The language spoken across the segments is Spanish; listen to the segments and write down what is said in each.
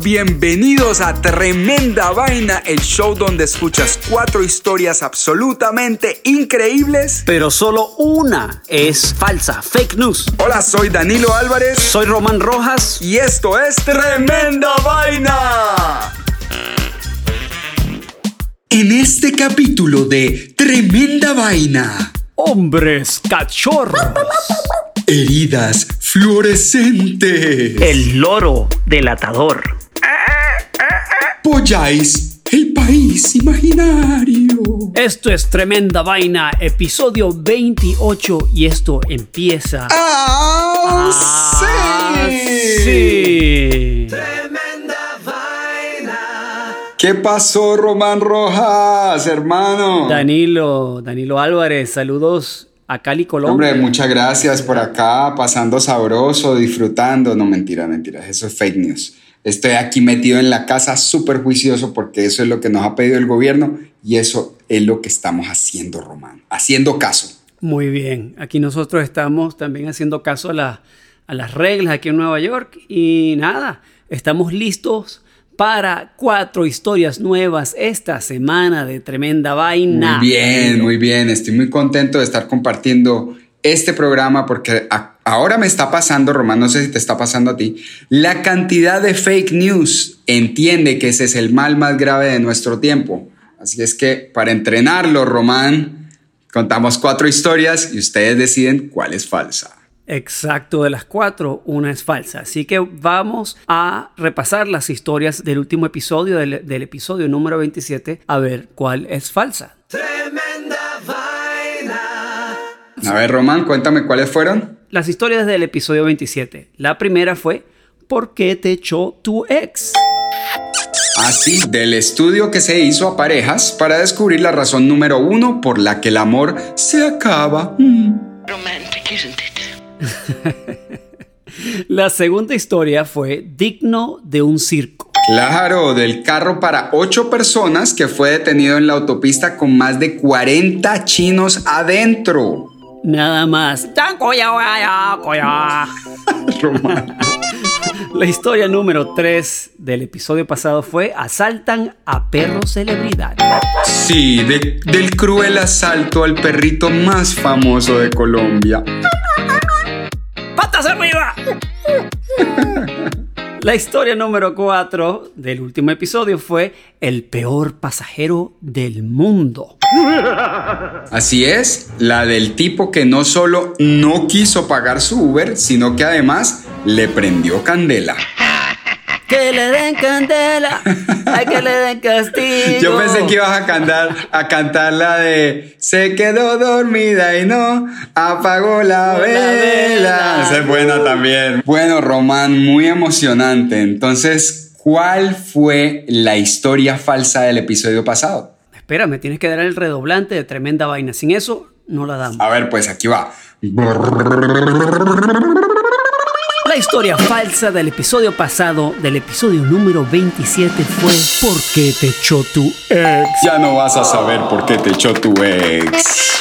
bienvenidos a Tremenda Vaina, el show donde escuchas 4 historias absolutamente increíbles, pero solo una es falsa, fake news. Hola, soy Danilo Álvarez. Soy Román Rojas. Y esto es Tremenda Vaina. En este capítulo de Tremenda Vaina, hombres cachorros, heridas fluorescentes, el loro delatador, Polláis, el país imaginario. Esto es Tremenda Vaina, episodio 28, y esto empieza... ¡Sí! Tremenda Vaina. ¿Qué pasó, Román Rojas, hermano? Danilo Álvarez, saludos a Cali, Colombia. Hombre, muchas gracias por acá, pasando sabroso, disfrutando. No, mentira, eso es fake news. Estoy aquí metido en la casa súper juicioso porque eso es lo que nos ha pedido el gobierno y eso es lo que estamos haciendo, Román. Haciendo caso. Muy bien. Aquí nosotros estamos también haciendo caso a las reglas aquí en Nueva York y nada, estamos listos para 4 historias nuevas esta semana de Tremenda Vaina. Muy bien. Estoy muy contento de estar compartiendo este programa porque ahora me está pasando, Román, no sé si te está pasando a ti, la cantidad de fake news. Entiende que ese es el mal más grave de nuestro tiempo. Así es que para entrenarlo, Román, contamos 4 historias y ustedes deciden cuál es falsa. Exacto, de las 4, una es falsa. Así que vamos a repasar las historias del último episodio, del episodio número 27, a ver cuál es falsa. Tremenda Vaina. A ver, Román, cuéntame cuáles fueron. Las historias del episodio 27. La primera fue, ¿por qué te echó tu ex? Así, del estudio que se hizo a parejas para descubrir la razón número 1 por la que el amor se acaba. Romantic, isn't it? La segunda historia fue digno de un circo. Claro, del carro para 8 personas que fue detenido en la autopista con más de 40 chinos adentro. Nada más. La historia número 3 del episodio pasado fue asaltan a perro celebridad. Sí, del cruel asalto al perrito más famoso de Colombia. ¡Patas arriba! La historia número 4 del último episodio fue el peor pasajero del mundo. Así es, la del tipo que no solo no quiso pagar su Uber, sino que además le prendió candela. Que le den candela, hay que le den castigo. Yo pensé que ibas a cantar la de se quedó dormida y no apagó la vela. Esa es buena también. Bueno, Román, muy emocionante. Entonces, ¿cuál fue la historia falsa del episodio pasado? Espera, me tienes que dar el redoblante de Tremenda Vaina. Sin eso, no la damos. A ver, pues aquí va. La historia falsa del episodio pasado, del episodio número 27, fue ¿por qué te echó tu ex? Ya no vas a saber por qué te echó tu ex.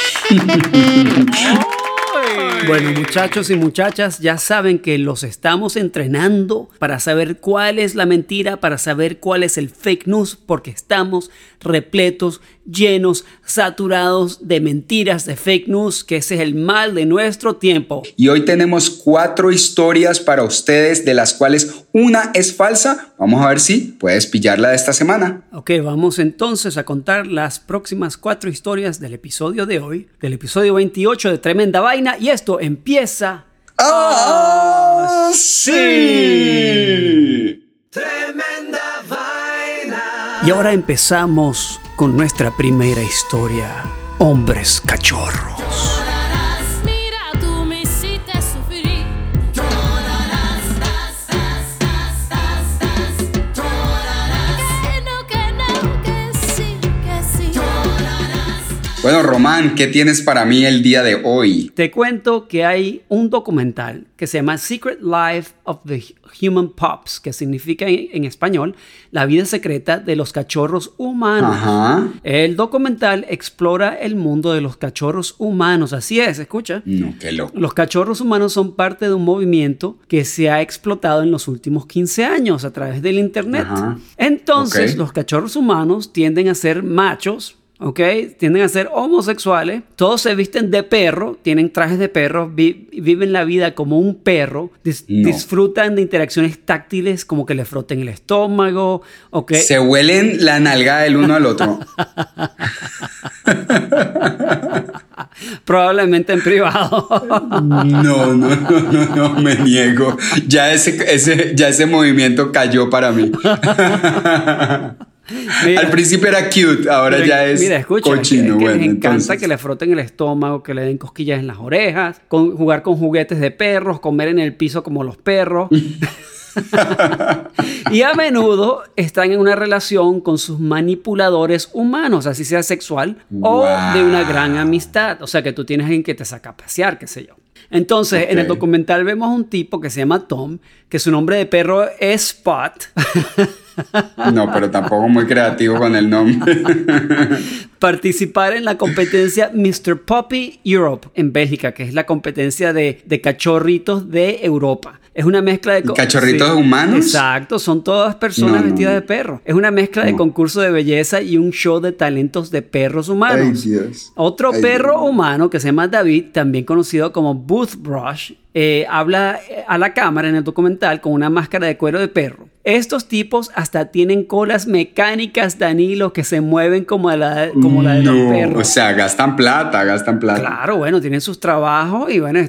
Bueno, muchachos y muchachas, ya saben que los estamos entrenando para saber cuál es la mentira, para saber cuál es el fake news, porque estamos repletos, llenos, saturados de mentiras, de fake news, que ese es el mal de nuestro tiempo. Y hoy tenemos 4 historias para ustedes, de las cuales una es falsa. Vamos a ver si puedes pillarla de esta semana. Ok, vamos entonces a contar las próximas 4 historias del episodio de hoy, del episodio 28 de Tremenda Vaina, y esto empieza... ¡Sí! Tremenda Vaina. Y ahora empezamos con nuestra primera historia, hombres cachorros. Bueno, Román, ¿qué tienes para mí el día de hoy? Te cuento que hay un documental que se llama Secret Life of the Human Pups, que significa en español la vida secreta de los cachorros humanos. Ajá. El documental explora el mundo de los cachorros humanos. Así es, escucha. No, qué loco. Los cachorros humanos son parte de un movimiento que se ha explotado en los últimos 15 años a través del internet. Ajá. Entonces, Ok. los cachorros humanos tienden a ser machos, ¿ok? Tienden a ser homosexuales. Todos se visten de perro, tienen trajes de perro, viven la vida como un perro, No. disfrutan de interacciones táctiles como que le froten el estómago, ¿ok? Se huelen la nalga del uno al otro. Probablemente en privado. No, me niego. Ya ese movimiento cayó para mí. Mira, Al principio era cute, ahora Mira, ya es mira, escucha, cochino. es que Bueno, les encanta entonces, que le froten el estómago, que le den cosquillas en las orejas, jugar con juguetes de perros, comer en el piso como los perros. Y a menudo están en una relación con sus manipuladores humanos, así sea sexual o Wow. de una gran amistad. O sea, que tú tienes alguien que te saca a pasear, qué sé yo. Entonces, Ok. en el documental vemos un tipo que se llama Tom, que su nombre de perro es Spot. no, pero tampoco muy creativo con el nombre. Participar en la competencia Mr. Puppy Europe en Bélgica, que es la competencia de cachorritos de Europa. Es una mezcla de... ¿Cachorritos humanos? Exacto, son todas personas No. vestidas de perro. Es una mezcla de No. concurso de belleza y un show de talentos de perros humanos. Ay, Dios. Otro Ay, perro Dios mío. humano que se llama David, también conocido como Boothbrush, habla a la cámara en el documental con una máscara de cuero de perro. Estos tipos hasta tienen colas mecánicas, Danilo, que se mueven como la de los perros. O sea, gastan plata. Claro, bueno, tienen sus trabajos y bueno,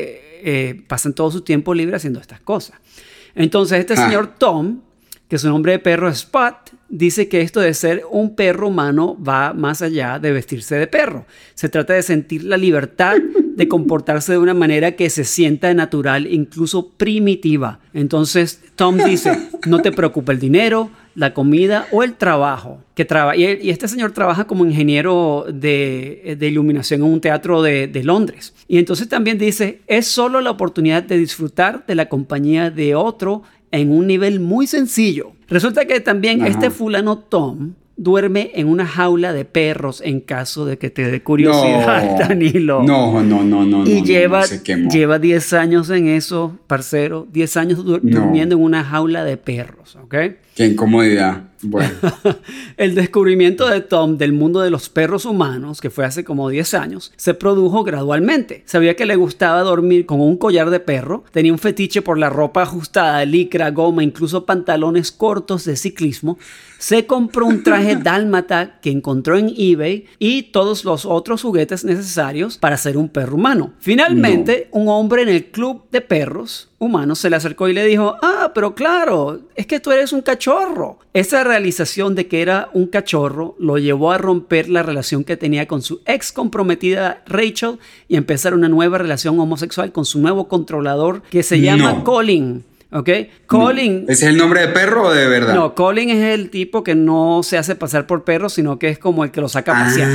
pasan todo su tiempo libre haciendo estas cosas. Entonces, este señor Tom, que su nombre de perro es Spot, dice que esto de ser un perro humano va más allá de vestirse de perro. Se trata de sentir la libertad de comportarse de una manera que se sienta natural, incluso primitiva. Entonces, Tom dice, no te preocupa el dinero, la comida o el trabajo. Y este señor trabaja como ingeniero de iluminación en un teatro de Londres. Y entonces también dice, es solo la oportunidad de disfrutar de la compañía de otro en un nivel muy sencillo. Resulta que también este fulano Tom duerme en una jaula de perros en caso de que te dé curiosidad, Danilo. No. Y lleva, se quemó. lleva 10 años en eso, parcero. 10 años durmiendo en una jaula de perros, ¿ok? Qué incomodidad. Bueno. El descubrimiento de Tom del mundo de los perros humanos, que fue hace como 10 años, se produjo gradualmente. Sabía que le gustaba dormir con un collar de perro, tenía un fetiche por la ropa ajustada, licra, goma, incluso pantalones cortos de ciclismo. Se compró un traje dálmata que encontró en eBay y todos los otros juguetes necesarios para ser un perro humano. Finalmente, un hombre en el club de perros humanos se le acercó y le dijo, pero claro, es que tú eres un cachorro. Esa realización de que era un cachorro lo llevó a romper la relación que tenía con su ex comprometida Rachel y empezar una nueva relación homosexual con su nuevo controlador que se llama Colin. ¿Ok? Colin. ¿Ese es el nombre de perro o de verdad? No, Colin es el tipo que no se hace pasar por perro, sino que es como el que lo saca a pasear.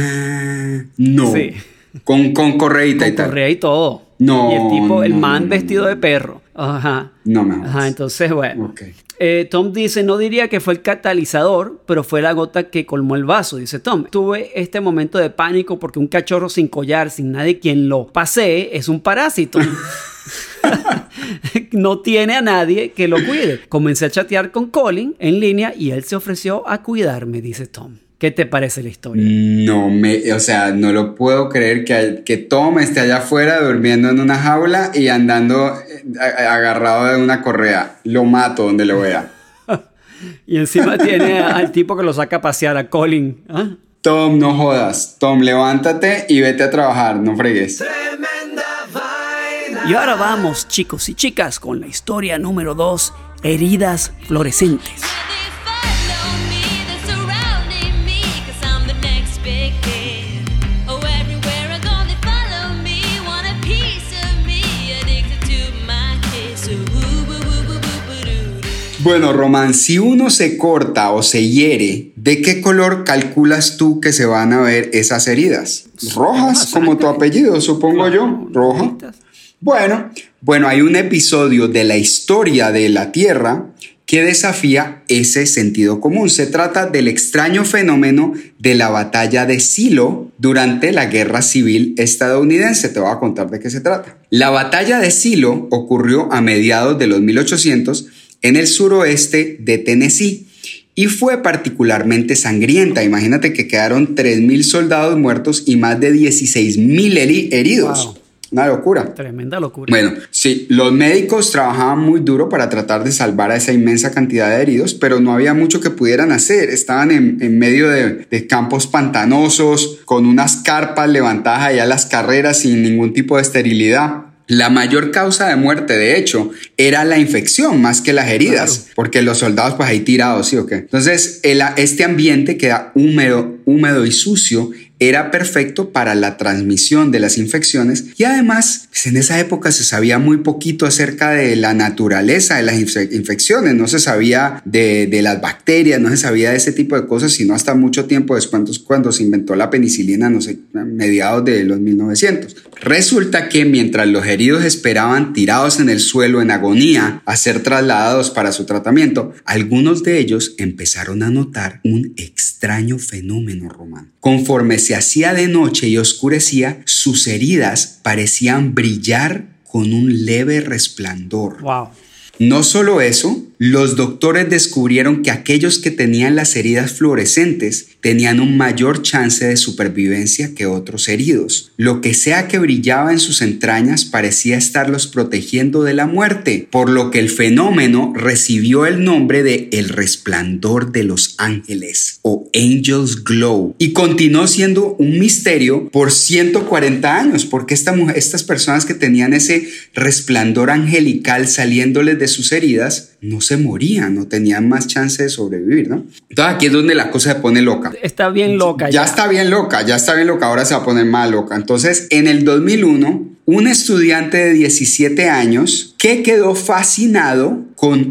No. Sí. Con correíta y Con tal. correa y todo. No, Y el tipo, el no, man no, vestido no. de perro. Ajá. No me jodas. Ajá, entonces, bueno. Ok. Tom dice, no diría que fue el catalizador, pero fue la gota que colmó el vaso, dice Tom. Tuve este momento de pánico porque un cachorro sin collar, sin nadie quien lo pasee, es un parásito. No tiene a nadie que lo cuide. Comencé a chatear con Colin en línea y él se ofreció a cuidarme, dice Tom. ¿Qué te parece la historia? O sea, no lo puedo creer que Tom esté allá afuera durmiendo en una jaula y andando agarrado de una correa. Lo mato donde lo vea. Y encima tiene al tipo que lo saca a pasear, a Colin. ¿Ah? Tom, no jodas. Tom, levántate y vete a trabajar, no fregues. Y ahora vamos, chicos y chicas, con la historia número 2, heridas fluorescentes. Bueno, Román, si uno se corta o se hiere, ¿de qué color calculas tú que se van a ver esas heridas? Rojas, como tu apellido, supongo yo. Roja. Bueno, hay un episodio de la historia de la Tierra que desafía ese sentido común. Se trata del extraño fenómeno de la batalla de Silo durante la Guerra Civil estadounidense. Te voy a contar de qué se trata. La batalla de Silo ocurrió a mediados de los 1800 en el suroeste de Tennessee y fue particularmente sangrienta. Imagínate que quedaron 3.000 soldados muertos y más de 16.000 heridos. Wow. Una locura. Tremenda locura. Bueno, sí, los médicos trabajaban muy duro para tratar de salvar a esa inmensa cantidad de heridos, pero no había mucho que pudieran hacer. Estaban en medio de campos pantanosos, con unas carpas levantadas allá a las carreras sin ningún tipo de esterilidad. La mayor causa de muerte, de hecho, era la infección más que las heridas, claro, porque los soldados pues ahí tirados, ¿sí o qué? Entonces, este ambiente que era húmedo y sucio era perfecto para la transmisión de las infecciones y además pues en esa época se sabía muy poquito acerca de la naturaleza de las infecciones, no se sabía de las bacterias, no se sabía de ese tipo de cosas, sino hasta mucho tiempo después cuando se inventó la penicilina, no sé, a mediados de los 1900. Resulta que mientras los heridos esperaban tirados en el suelo en agonía a ser trasladados para su tratamiento, algunos de ellos empezaron a notar un extraño fenómeno, Román. Conforme se hacía de noche y oscurecía, sus heridas parecían brillar con un leve resplandor. Wow. No solo eso, los doctores descubrieron que aquellos que tenían las heridas fluorescentes tenían un mayor chance de supervivencia que otros heridos. Lo que sea que brillaba en sus entrañas parecía estarlos protegiendo de la muerte, por lo que el fenómeno recibió el nombre de el resplandor de los ángeles o Angel's Glow y continuó siendo un misterio por 140 años, porque estas personas que tenían ese resplandor angelical saliéndoles de sus heridas no se morían, no tenían más chance de sobrevivir, ¿no? Entonces aquí es donde la cosa se pone loca. Está bien loca. Ya está bien loca, ahora se va a poner más loca. Entonces, en el 2001, un estudiante de 17 años que quedó fascinado con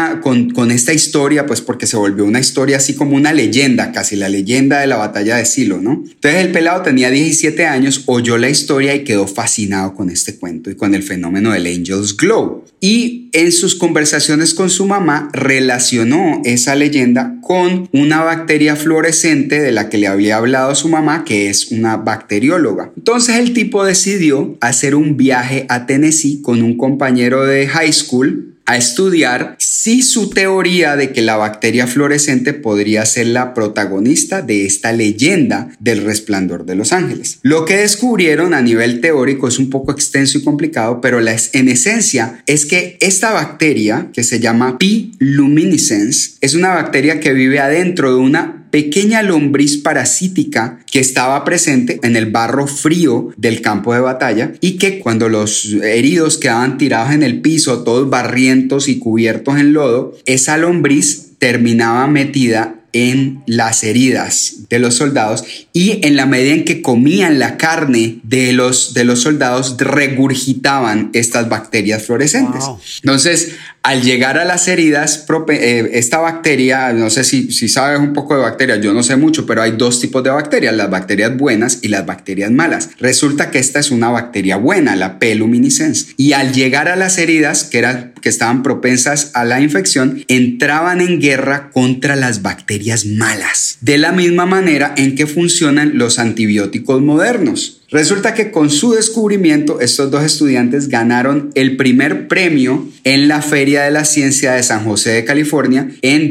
esta historia, pues porque se volvió una historia así como una leyenda, casi la leyenda de la batalla de Silo, ¿no? Entonces el pelado tenía 17 años, oyó la historia y quedó fascinado con este cuento y con el fenómeno del Angel's Glow. Y en sus conversaciones con su mamá relacionó esa leyenda con una bacteria fluorescente de la que le había hablado su mamá, que es una bacterióloga. Entonces el tipo decidió hacer un viaje a Tennessee con un compañero de high school a estudiar si su teoría de que la bacteria fluorescente podría ser la protagonista de esta leyenda del resplandor de los ángeles. Lo que descubrieron a nivel teórico es un poco extenso y complicado, pero en esencia es que esta bacteria, que se llama P. luminescens, es una bacteria que vive adentro de una pequeña lombriz parasítica que estaba presente en el barro frío del campo de batalla y que cuando los heridos quedaban tirados en el piso, todos barrientos y cubiertos en lodo, esa lombriz terminaba metida en las heridas de los soldados y en la medida en que comían la carne de los soldados regurgitaban estas bacterias fluorescentes. Wow. Entonces, al llegar a las heridas, esta bacteria, no sé si sabes un poco de bacterias, yo no sé mucho, pero hay dos tipos de bacterias, las bacterias buenas y las bacterias malas. Resulta que esta es una bacteria buena, la P. luminescens, y al llegar a las heridas que estaban propensas a la infección, entraban en guerra contra las bacterias malas, de la misma manera en que funcionan los antibióticos modernos. Resulta que con su descubrimiento estos dos estudiantes ganaron el primer premio en la Feria de la Ciencia de San José de California en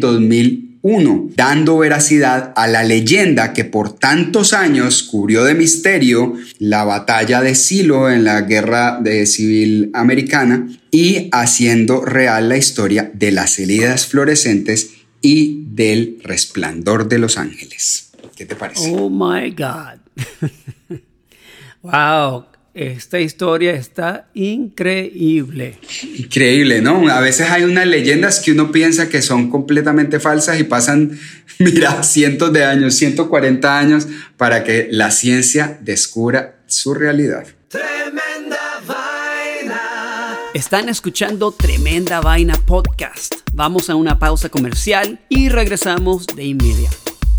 2001, dando veracidad a la leyenda que por tantos años cubrió de misterio la batalla de Silo en la Guerra Civil Americana y haciendo real la historia de las heridas fluorescentes y del resplandor de los ángeles. ¿Qué te parece? Oh my God. Wow, esta historia está increíble. Increíble, ¿no? A veces hay unas leyendas que uno piensa que son completamente falsas y pasan, mira, cientos de años, 140 años para que la ciencia descubra su realidad. Tremenda vaina. Están escuchando Tremenda Vaina Podcast. Vamos a una pausa comercial y regresamos de inmediato.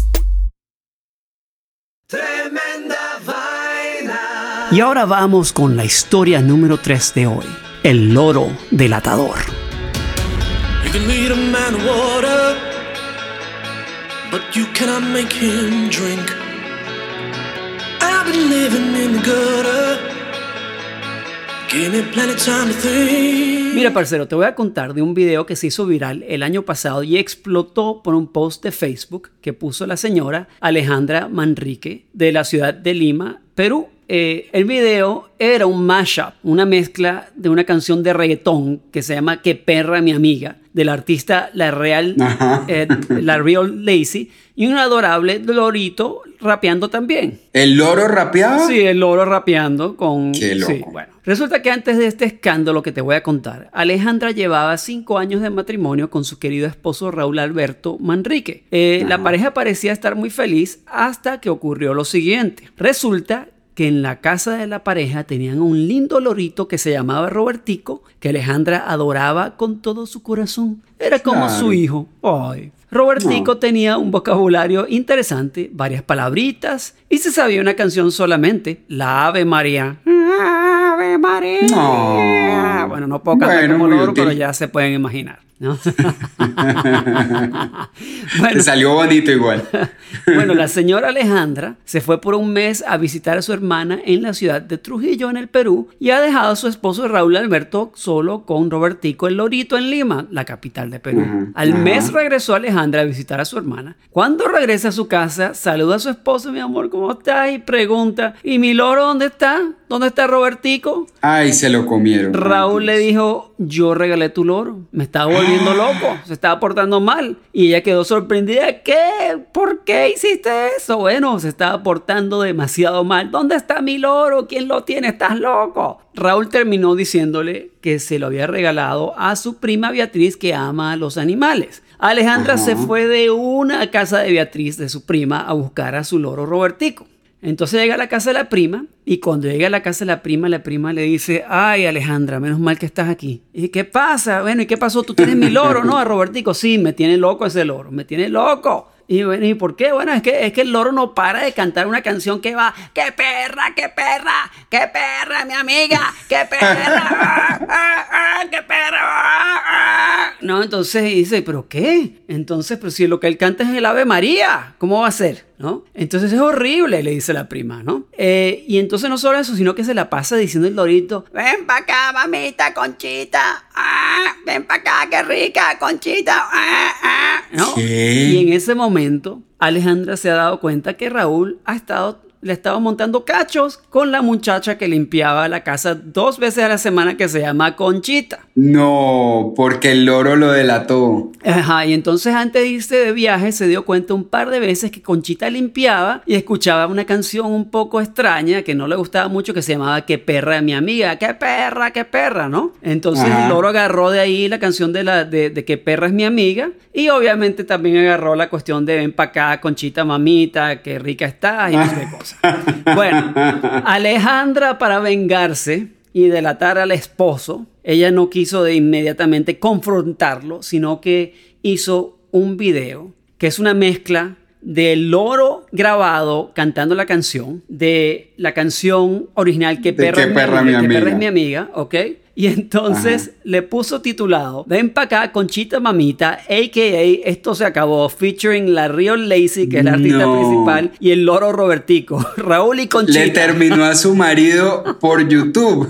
Tremenda Vaina. Y ahora vamos con la historia número 3 de hoy. El loro delatador. You can lead a man to water, but you cannot make him drink. I've been living in the gutter. Mira, parcero, te voy a contar de un video que se hizo viral el año pasado y explotó por un post de Facebook que puso la señora Alejandra Manrique de la ciudad de Lima, Perú. El video era un mashup, una mezcla de una canción de reggaetón que se llama Qué perra mi amiga, del artista La Real Lazy, y un adorable lorito rapeando también. ¿El loro rapeaba? Sí, el loro rapeando con... Qué loco. Sí, bueno. Resulta que antes de este escándalo que te voy a contar, Alejandra llevaba 5 años de matrimonio con su querido esposo Raúl Alberto Manrique. La pareja parecía estar muy feliz hasta que ocurrió lo siguiente. Resulta que en la casa de la pareja tenían un lindo lorito que se llamaba Robertico, que Alejandra adoraba con todo su corazón. Era como su hijo. Ay. Robertico tenía un vocabulario interesante, varias palabritas, y se sabía una canción solamente, la Ave María. Ave María. No. Bueno, no puedo cantar como loro, pero ya se pueden imaginar, ¿no? Te salió bonito igual. Bueno, la señora Alejandra se fue por un mes a visitar a su hermana en la ciudad de Trujillo, en el Perú, y ha dejado a su esposo Raúl Alberto solo con Robertico el lorito en Lima, la capital de Perú. Al mes regresó Alejandra a visitar a su hermana. Cuando regresa a su casa, saluda a su esposo: mi amor, ¿cómo estás? Y pregunta: ¿y mi loro dónde está? ¿Dónde está Robertico? Ay, se lo comieron. Raúl le dijo: yo regalé tu loro, me estaba volviendo loco, se estaba portando mal. Y ella quedó sorprendida. ¿Qué? ¿Por qué hiciste eso? Bueno, se estaba portando demasiado mal. ¿Dónde está mi loro? ¿Quién lo tiene? ¿Estás loco? Raúl terminó diciéndole que se lo había regalado a su prima Beatriz, que ama a los animales. Alejandra se fue de una casa de Beatriz, de su prima, a buscar a su loro Robertico. Entonces llega a la casa de la prima, y cuando llega a la casa de la prima le dice: ay, Alejandra, menos mal que estás aquí. ¿Y qué pasa? Bueno, ¿y qué pasó? ¿Tú tienes mi loro, no? A Robertico. Sí, me tiene loco ese loro, me tiene loco. Y bueno, ¿y por qué? Bueno, es que el loro no para de cantar una canción que va: ¡qué perra, qué perra, qué perra, mi amiga! ¡Qué perra! ¡Qué perra! No, entonces dice: ¿pero qué? Entonces, pero si lo que él canta es el Ave María, ¿cómo va a ser? ¿No? Entonces es horrible, le dice la prima, ¿no? Y entonces no solo eso, sino que se la pasa diciendo el lorito: ven pa' acá, mamita, Conchita. Ven pa' acá, qué rica, Conchita. ¿No? ¿Qué? Y en ese momento, Alejandra se ha dado cuenta que Raúl le estaba montando cachos con la muchacha que limpiaba la casa 2 veces a la semana, que se llama Conchita. No, porque el loro lo delató. Ajá, y entonces antes de irse de viaje se dio cuenta un par de veces que Conchita limpiaba y escuchaba una canción un poco extraña que no le gustaba mucho, que se llamaba Qué perra, mi amiga. Qué perra, ¿no? Entonces el loro agarró de ahí la canción de Qué perra es mi amiga, y obviamente también agarró la cuestión de ven pa' acá, Conchita, mamita, qué rica estás, y no sé qué cosas. Bueno, Alejandra, para vengarse y delatar al esposo, ella no quiso de inmediatamente confrontarlo, sino que hizo un video que es una mezcla del loro grabado cantando la canción, de la canción original Qué perra es mi amiga, ¿ok? Y entonces le puso titulado: ven pa' acá, Conchita mamita, a.k.a. Esto se acabó, featuring La Real Lazy, que es la artista principal, y el loro Robertico, Raúl y Conchita. Le terminó a su marido por YouTube.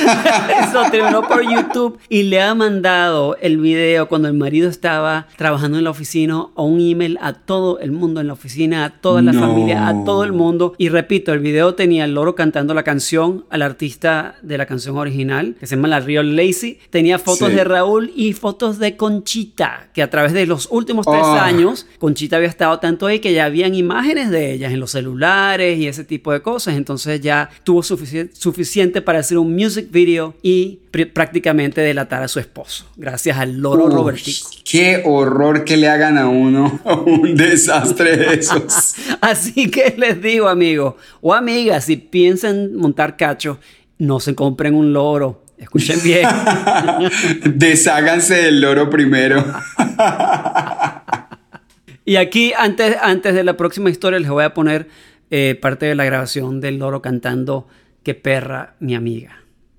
Eso terminó por YouTube, y le ha mandado el video cuando el marido estaba trabajando en la oficina, o un email a todo el mundo en la oficina, a toda la familia, a todo el mundo. Y repito, el video tenía el loro cantando la canción, al artista de la canción original, que se llama La Real Lazy. Tenía fotos de Raúl y fotos de Conchita, que a través de los últimos 3 años Conchita había estado tanto ahí que ya habían imágenes de ellas en los celulares y ese tipo de cosas. Entonces ya tuvo suficiente para hacer un music video y prácticamente delatar a su esposo, gracias al loro Robertico. Qué horror que le hagan a uno un desastre de esos. Así que les digo, amigos o amigas, si piensan montar cacho, no se compren un loro. Escuchen bien. Desháganse del loro primero. Y aquí, antes de la próxima historia, les voy a poner parte de la grabación del loro cantando "Qué perra, mi amiga".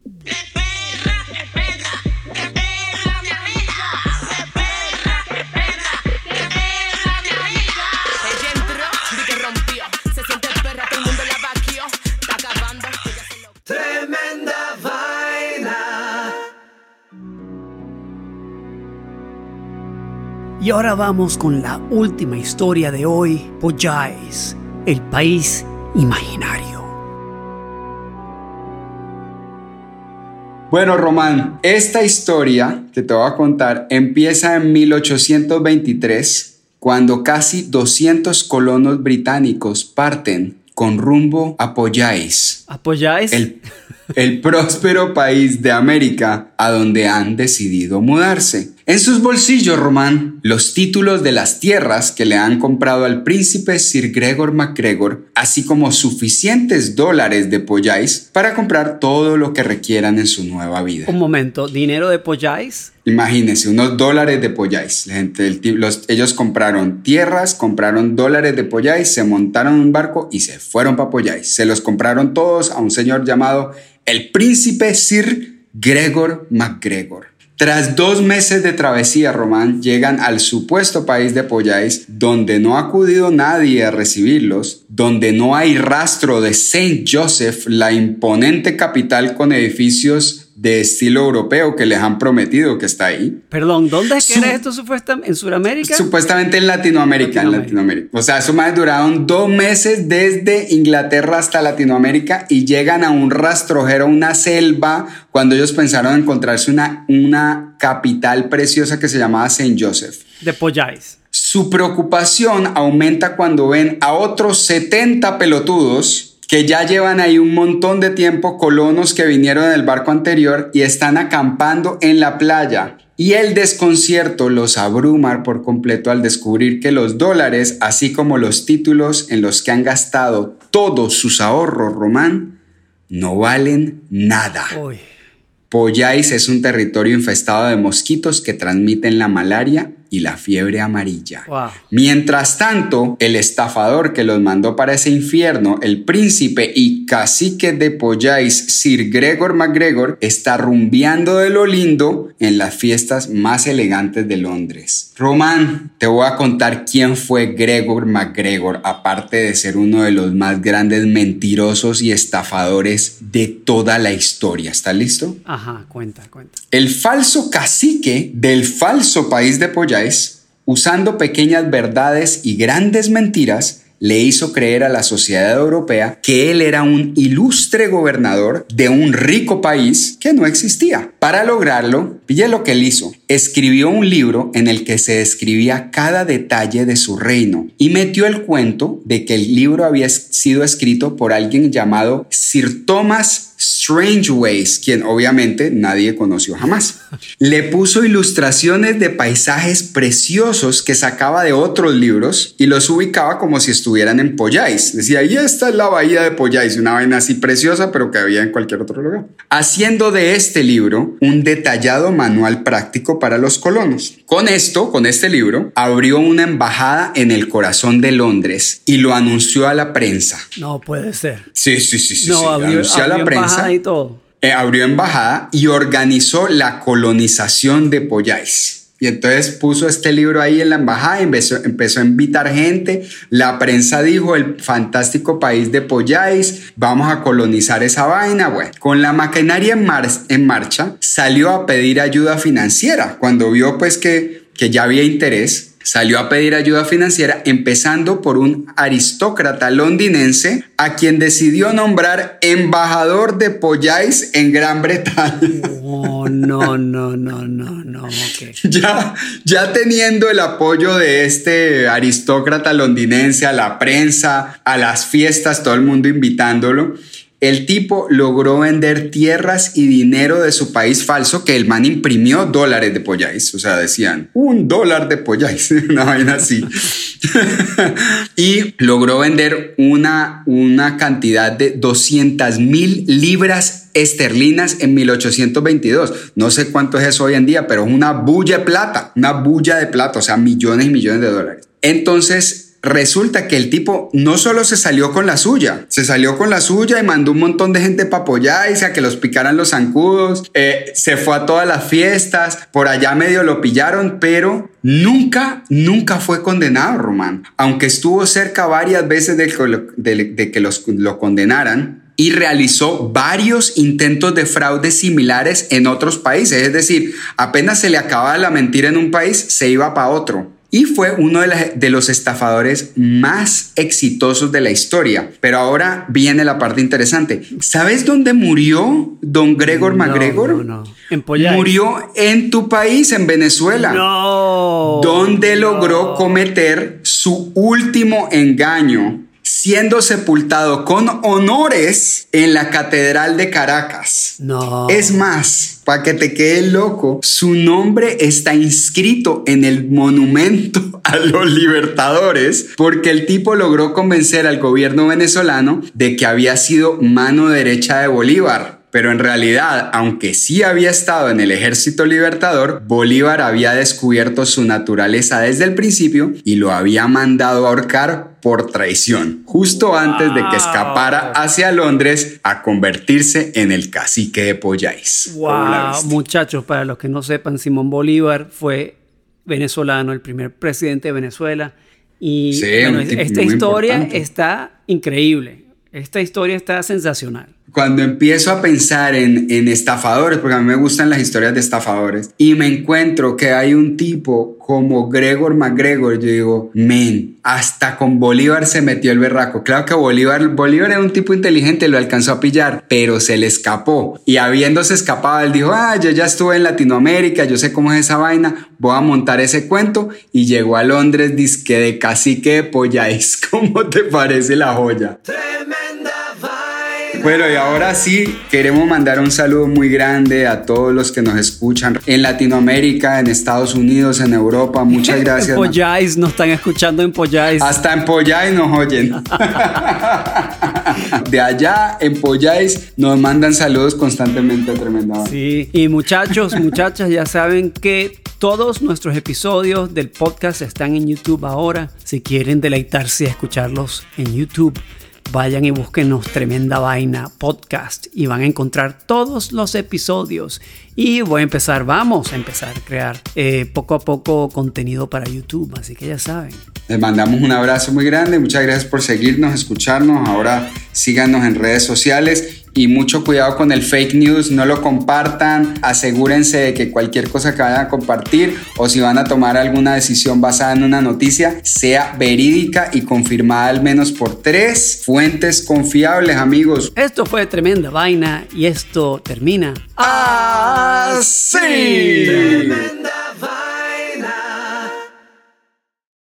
Y ahora vamos con la última historia de hoy, Pollais, el país imaginario. Bueno, Román, esta historia que te voy a contar empieza en 1823, cuando casi 200 colonos británicos parten con rumbo a Pollais. ¿A Pollais? El próspero país de América a donde han decidido mudarse. En sus bolsillos, Román, los títulos de las tierras que le han comprado al príncipe Sir Gregor MacGregor, así como suficientes dólares de Pollais para comprar todo lo que requieran en su nueva vida. Un momento, ¿dinero de Pollais? Imagínense, unos dólares de Pollais. Ellos compraron tierras, compraron dólares de Pollais, se montaron en un barco y se fueron para Pollais. Se los compraron todos a un señor llamado el príncipe Sir Gregor MacGregor. Tras 2 meses de travesía, Román, llegan al supuesto país de Pollais, donde no ha acudido nadie a recibirlos, donde no hay rastro de Saint Joseph, la imponente capital con edificios de estilo europeo que les han prometido que está ahí. Perdón, ¿dónde es que era esto supuestamente? ¿En Sudamérica? Supuestamente en Latinoamérica. O sea, eso más duraron 2 meses desde Inglaterra hasta Latinoamérica y llegan a un rastrojero, una selva, cuando ellos pensaron encontrarse una capital preciosa que se llamaba Saint Joseph. De Pollais. Su preocupación aumenta cuando ven a otros 70 pelotudos que ya llevan ahí un montón de tiempo, colonos que vinieron en el barco anterior y están acampando en la playa. Y el desconcierto los abruma por completo al descubrir que los dólares, así como los títulos en los que han gastado todos sus ahorros, Román, no valen nada. Uy. Pollais es un territorio infestado de mosquitos que transmiten la malaria y la fiebre amarilla. Wow. Mientras tanto, el estafador que los mandó para ese infierno, el príncipe y cacique de Pollais, Sir Gregor MacGregor, está rumbeando de lo lindo en las fiestas más elegantes de Londres. Román, te voy a contar quién fue Gregor MacGregor, aparte de ser uno de los más grandes mentirosos y estafadores de toda la historia. ¿Estás listo? Ajá, cuenta. El falso cacique del falso país de Pollais, usando pequeñas verdades y grandes mentiras, le hizo creer a la sociedad europea que él era un ilustre gobernador de un rico país que no existía. Para lograrlo, pille lo que él hizo. Escribió un libro en el que se describía cada detalle de su reino y metió el cuento de que el libro había sido escrito por alguien llamado Sir Thomas Strangeways, quien obviamente nadie conoció jamás. Le puso ilustraciones de paisajes preciosos que sacaba de otros libros y los ubicaba como si estuvieran en Pollais. Decía, y esta es la bahía de Pollais, una vaina así preciosa, pero que había en cualquier otro lugar. Haciendo de este libro un detallado manual práctico para los colonos. Con este libro, abrió una embajada en el corazón de Londres y lo anunció a la prensa. No puede ser. Sí. No, Anunció a la prensa. Y todo. Abrió embajada y organizó la colonización de Pollais. Y entonces puso este libro ahí en la embajada, empezó a invitar gente. La prensa dijo, el fantástico país de Pollais, vamos a colonizar esa vaina. Bueno, con la maquinaria en marcha, salió a pedir ayuda financiera. Cuando vio pues que ya había interés, salió a pedir ayuda financiera, empezando por un aristócrata londinense a quien decidió nombrar embajador de Pollais en Gran Bretaña. Oh, no, okay. Ya teniendo el apoyo de este aristócrata londinense, a la prensa, a las fiestas, todo el mundo invitándolo, el tipo logró vender tierras y dinero de su país falso, que el man imprimió dólares de Pollais. O sea, decían, $1 de Pollais, una vaina así. Y logró vender una cantidad de 200,000 libras esterlinas en 1822. No sé cuánto es eso hoy en día, pero es una bulla de plata, o sea, millones y millones de dólares. Entonces, resulta que el tipo no solo se salió con la suya y mandó un montón de gente para apoyarse a que los picaran los zancudos, se fue a todas las fiestas, por allá medio lo pillaron, pero nunca fue condenado, Román, aunque estuvo cerca varias veces de que lo condenaran. Y realizó varios intentos de fraude similares en otros países, es decir, apenas se le acababa la mentira en un país, se iba para otro. Y fue uno de los estafadores más exitosos de la historia. Pero ahora viene la parte interesante. ¿Sabes dónde murió don Gregor MacGregor? No. En Pollais. Murió en tu país, en Venezuela. No. Donde logró cometer su último engaño, siendo sepultado con honores en la Catedral de Caracas. No. Es más, para que te quede loco, su nombre está inscrito en el monumento a los libertadores porque el tipo logró convencer al gobierno venezolano de que había sido mano derecha de Bolívar. Pero en realidad, aunque sí había estado en el ejército libertador, Bolívar había descubierto su naturaleza desde el principio y lo había mandado a ahorcar por traición, justo antes de que escapara hacia Londres a convertirse en el cacique de Pollais. Wow, muchachos, para los que no sepan, Simón Bolívar fue venezolano, el primer presidente de Venezuela. Y sí, bueno, esta historia está increíble. Esta historia está sensacional. Cuando empiezo a pensar en estafadores, porque a mí me gustan las historias de estafadores, y me encuentro que hay un tipo como Gregor MacGregor, yo digo, hasta con Bolívar se metió el berraco. Claro que Bolívar era un tipo inteligente, lo alcanzó a pillar, pero se le escapó. Y habiéndose escapado, él dijo, yo ya estuve en Latinoamérica, yo sé cómo es esa vaina, voy a montar ese cuento, y llegó a Londres, dizque de cacique de Pollais. ¿Cómo te parece la joya? Bueno, y ahora sí, queremos mandar un saludo muy grande a todos los que nos escuchan en Latinoamérica, en Estados Unidos, en Europa. Muchas gracias. En Pollais, nos están escuchando en Pollais. Hasta en Pollais nos oyen. De allá, en Pollais, nos mandan saludos constantemente a Tremenda Vaina. Sí, y muchachos, muchachas, ya saben que todos nuestros episodios del podcast están en YouTube ahora. Si quieren deleitarse y escucharlos en YouTube, vayan y búsquenos Tremenda Vaina Podcast y van a encontrar todos los episodios. Y vamos a empezar a crear poco a poco contenido para YouTube, así que ya saben. Les mandamos un abrazo muy grande, muchas gracias por seguirnos, escucharnos. Ahora síganos en redes sociales y mucho cuidado con el fake news, no lo compartan, asegúrense de que cualquier cosa que vayan a compartir o si van a tomar alguna decisión basada en una noticia sea verídica y confirmada al menos por 3 fuentes confiables, amigos. Esto fue Tremenda Vaina y esto termina así.